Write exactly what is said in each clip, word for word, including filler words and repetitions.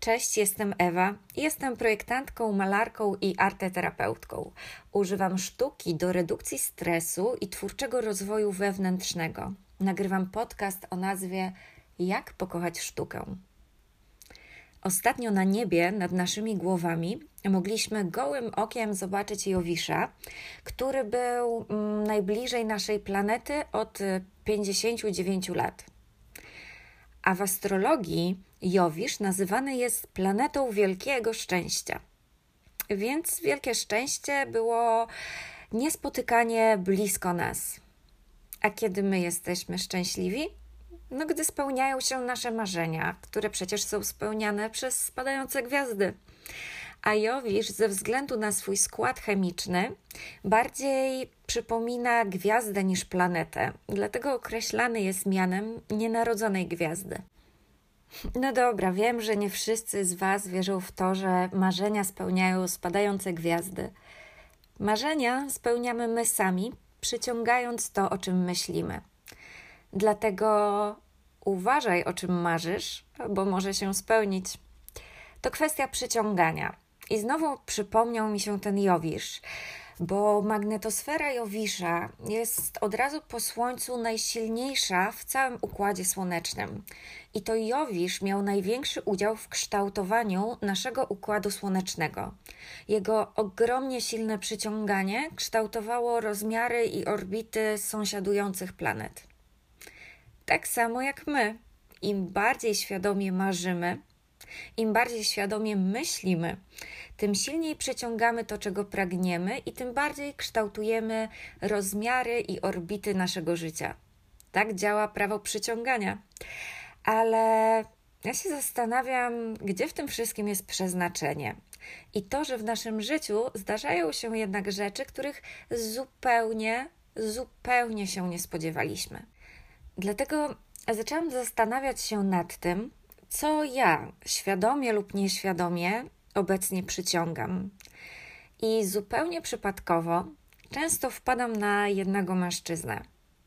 Cześć, jestem Ewa. Jestem projektantką, malarką i arteterapeutką. Używam sztuki do redukcji stresu i twórczego rozwoju wewnętrznego. Nagrywam podcast o nazwie Jak pokochać sztukę. Ostatnio na niebie nad naszymi głowami mogliśmy gołym okiem zobaczyć Jowisza, który był mm, najbliżej naszej planety od pięćdziesięciu dziewięciu lat. A w astrologii Jowisz nazywany jest planetą wielkiego szczęścia. Więc wielkie szczęście było niespotykanie blisko nas. A kiedy my jesteśmy szczęśliwi? No gdy spełniają się nasze marzenia, które przecież są spełniane przez spadające gwiazdy. A Jowisz ze względu na swój skład chemiczny bardziej przypomina gwiazdę niż planetę. Dlatego określany jest mianem nienarodzonej gwiazdy. No dobra, wiem, że nie wszyscy z Was wierzą w to, że marzenia spełniają spadające gwiazdy. Marzenia spełniamy my sami, przyciągając to, o czym myślimy. Dlatego uważaj, o czym marzysz, bo może się spełnić. To kwestia przyciągania. I znowu przypomniał mi się ten Jowisz, bo magnetosfera Jowisza jest od razu po Słońcu najsilniejsza w całym Układzie Słonecznym. I to Jowisz miał największy udział w kształtowaniu naszego Układu Słonecznego. Jego ogromnie silne przyciąganie kształtowało rozmiary i orbity sąsiadujących planet. Tak samo jak my. Im bardziej świadomie marzymy, im bardziej świadomie myślimy, tym silniej przyciągamy to, czego pragniemy i tym bardziej kształtujemy rozmiary i orbity naszego życia. Tak działa prawo przyciągania. Ale ja się zastanawiam, gdzie w tym wszystkim jest przeznaczenie. I to, że w naszym życiu zdarzają się jednak rzeczy, których zupełnie, zupełnie się nie spodziewaliśmy. Dlatego zaczęłam zastanawiać się nad tym, co ja, świadomie lub nieświadomie, obecnie przyciągam. I zupełnie przypadkowo często wpadam na jednego mężczyznę.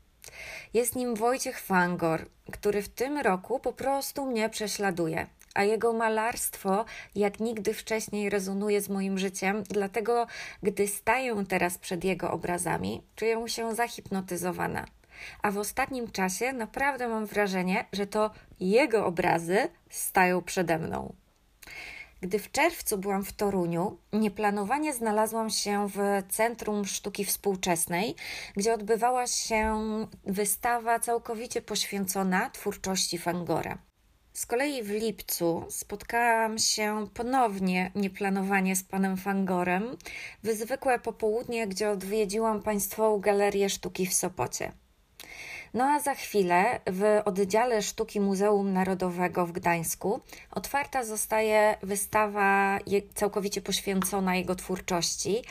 Jest nim Wojciech Fangor, który w tym roku po prostu mnie prześladuje, a jego malarstwo jak nigdy wcześniej rezonuje z moim życiem, dlatego gdy staję teraz przed jego obrazami, czuję się zahipnotyzowana. A w ostatnim czasie naprawdę mam wrażenie, że to jego obrazy stają przede mną. Gdy w czerwcu byłam w Toruniu, nieplanowanie znalazłam się w Centrum Sztuki Współczesnej, gdzie odbywała się wystawa całkowicie poświęcona twórczości Fangora. Z kolei w lipcu spotkałam się ponownie nieplanowanie z panem Fangorem w zwykłe popołudnie, gdzie odwiedziłam Państwową Galerię Sztuki w Sopocie. No a za chwilę w oddziale sztuki Muzeum Narodowego w Gdańsku otwarta zostaje wystawa całkowicie poświęcona jego twórczości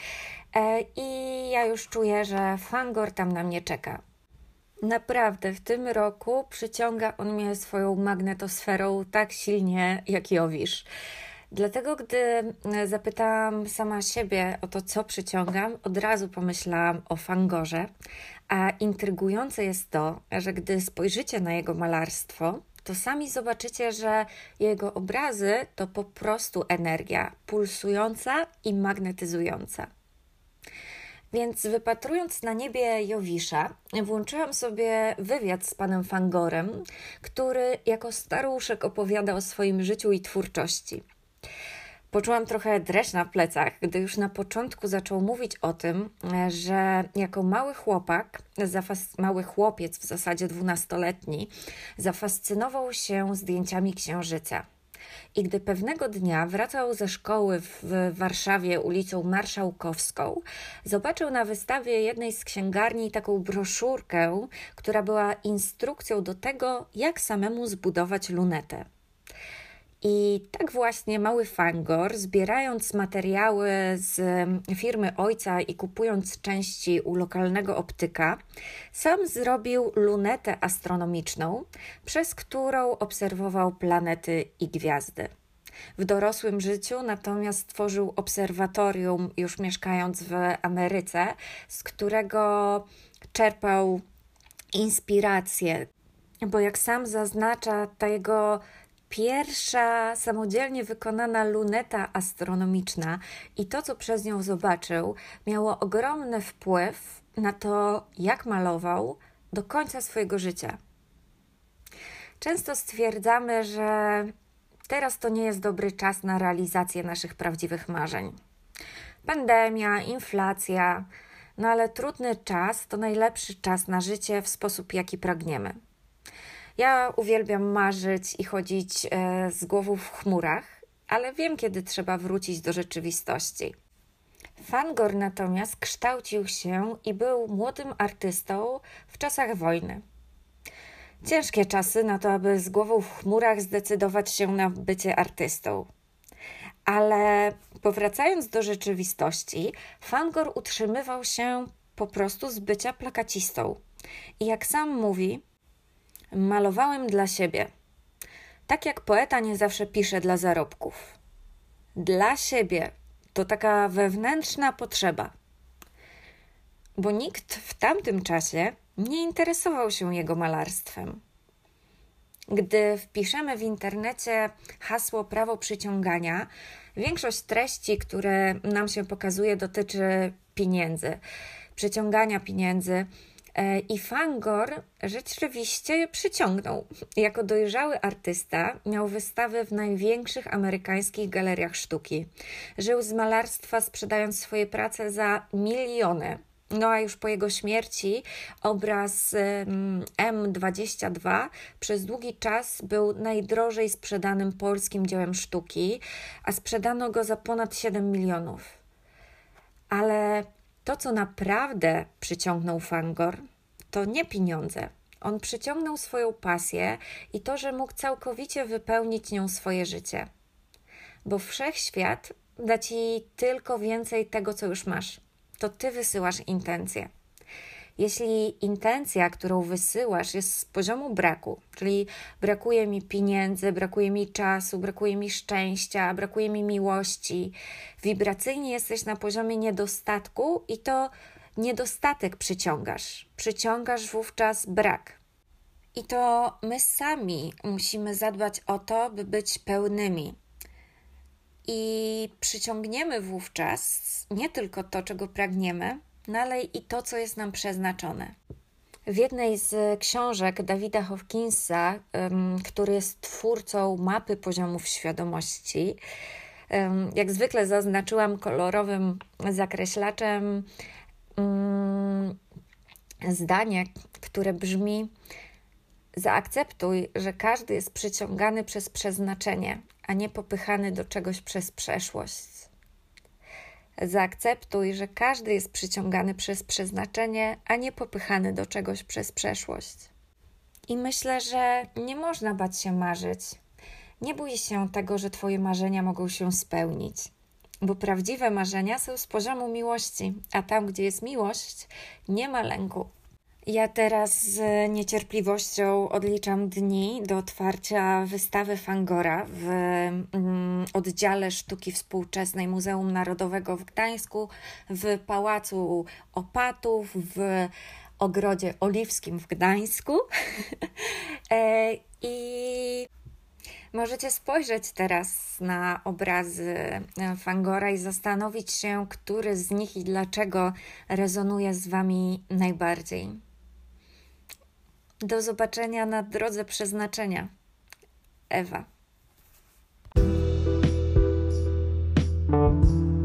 i ja już czuję, że Fangor tam na mnie czeka. Naprawdę w tym roku przyciąga on mnie swoją magnetosferą tak silnie jak Jowisz. Dlatego, gdy zapytałam sama siebie o to, co przyciągam, od razu pomyślałam o Fangorze, a intrygujące jest to, że gdy spojrzycie na jego malarstwo, to sami zobaczycie, że jego obrazy to po prostu energia pulsująca i magnetyzująca. Więc wypatrując na niebie Jowisza, włączyłam sobie wywiad z panem Fangorem, który jako staruszek opowiada o swoim życiu i twórczości. Poczułam trochę dreszcz na plecach, gdy już na początku zaczął mówić o tym, że jako mały chłopak, zafas- mały chłopiec w zasadzie dwunastoletni, zafascynował się zdjęciami księżyca. I gdy pewnego dnia wracał ze szkoły w Warszawie ulicą Marszałkowską, zobaczył na wystawie jednej z księgarni taką broszurkę, która była instrukcją do tego, jak samemu zbudować lunetę. I tak właśnie mały Fangor, zbierając materiały z firmy ojca i kupując części u lokalnego optyka, sam zrobił lunetę astronomiczną, przez którą obserwował planety i gwiazdy. W dorosłym życiu natomiast stworzył obserwatorium, już mieszkając w Ameryce, z którego czerpał inspirację, bo jak sam zaznacza, ta jego pierwsza samodzielnie wykonana luneta astronomiczna i to, co przez nią zobaczył, miało ogromny wpływ na to, jak malował do końca swojego życia. Często stwierdzamy, że teraz to nie jest dobry czas na realizację naszych prawdziwych marzeń. Pandemia, inflacja, no ale trudny czas to najlepszy czas na życie w sposób, jaki pragniemy. Ja uwielbiam marzyć i chodzić e, z głową w chmurach, ale wiem, kiedy trzeba wrócić do rzeczywistości. Van Gogh natomiast kształcił się i był młodym artystą w czasach wojny. Ciężkie czasy na to, aby z głową w chmurach zdecydować się na bycie artystą. Ale powracając do rzeczywistości, Van Gogh utrzymywał się po prostu z bycia plakacistą. I jak sam mówi, malowałem dla siebie. Tak jak poeta nie zawsze pisze dla zarobków. Dla siebie to taka wewnętrzna potrzeba. Bo nikt w tamtym czasie nie interesował się jego malarstwem. Gdy wpiszemy w internecie hasło prawo przyciągania, większość treści, które nam się pokazuje, dotyczy pieniędzy, przyciągania pieniędzy. I Van Gogh rzeczywiście je przyciągnął. Jako dojrzały artysta miał wystawy w największych amerykańskich galeriach sztuki. Żył z malarstwa, sprzedając swoje prace za miliony. No a już po jego śmierci obraz M dwadzieścia dwa przez długi czas był najdrożej sprzedanym polskim dziełem sztuki, a sprzedano go za ponad siedem milionów. Ale to, co naprawdę przyciągnął Van Gogh, to nie pieniądze. On przyciągnął swoją pasję i to, że mógł całkowicie wypełnić nią swoje życie. Bo wszechświat da ci tylko więcej tego, co już masz. To ty wysyłasz intencję. Jeśli intencja, którą wysyłasz, jest z poziomu braku, czyli brakuje mi pieniędzy, brakuje mi czasu, brakuje mi szczęścia, brakuje mi miłości, wibracyjnie jesteś na poziomie niedostatku i to niedostatek przyciągasz. Przyciągasz wówczas brak. I to my sami musimy zadbać o to, by być pełnymi. I przyciągniemy wówczas nie tylko to, czego pragniemy, no ale i to, co jest nam przeznaczone. W jednej z książek Davida Hawkinsa, um, który jest twórcą mapy poziomów świadomości, um, jak zwykle zaznaczyłam kolorowym zakreślaczem um, zdanie, które brzmi: zaakceptuj, że każdy jest przyciągany przez przeznaczenie, a nie popychany do czegoś przez przeszłość. Zaakceptuj, że każdy jest przyciągany przez przeznaczenie, a nie popychany do czegoś przez przeszłość. I myślę, że nie można bać się marzyć. Nie bój się tego, że twoje marzenia mogą się spełnić, bo prawdziwe marzenia są z poziomu miłości, a tam, gdzie jest miłość, nie ma lęku. Ja teraz z niecierpliwością odliczam dni do otwarcia wystawy Van Gogha w mm, oddziale sztuki współczesnej Muzeum Narodowego w Gdańsku, w Pałacu Opatów, w Ogrodzie Oliwskim w Gdańsku. e, I możecie spojrzeć teraz na obrazy Van Gogha i zastanowić się, który z nich i dlaczego rezonuje z wami najbardziej. Do zobaczenia na drodze przeznaczenia. Ewa.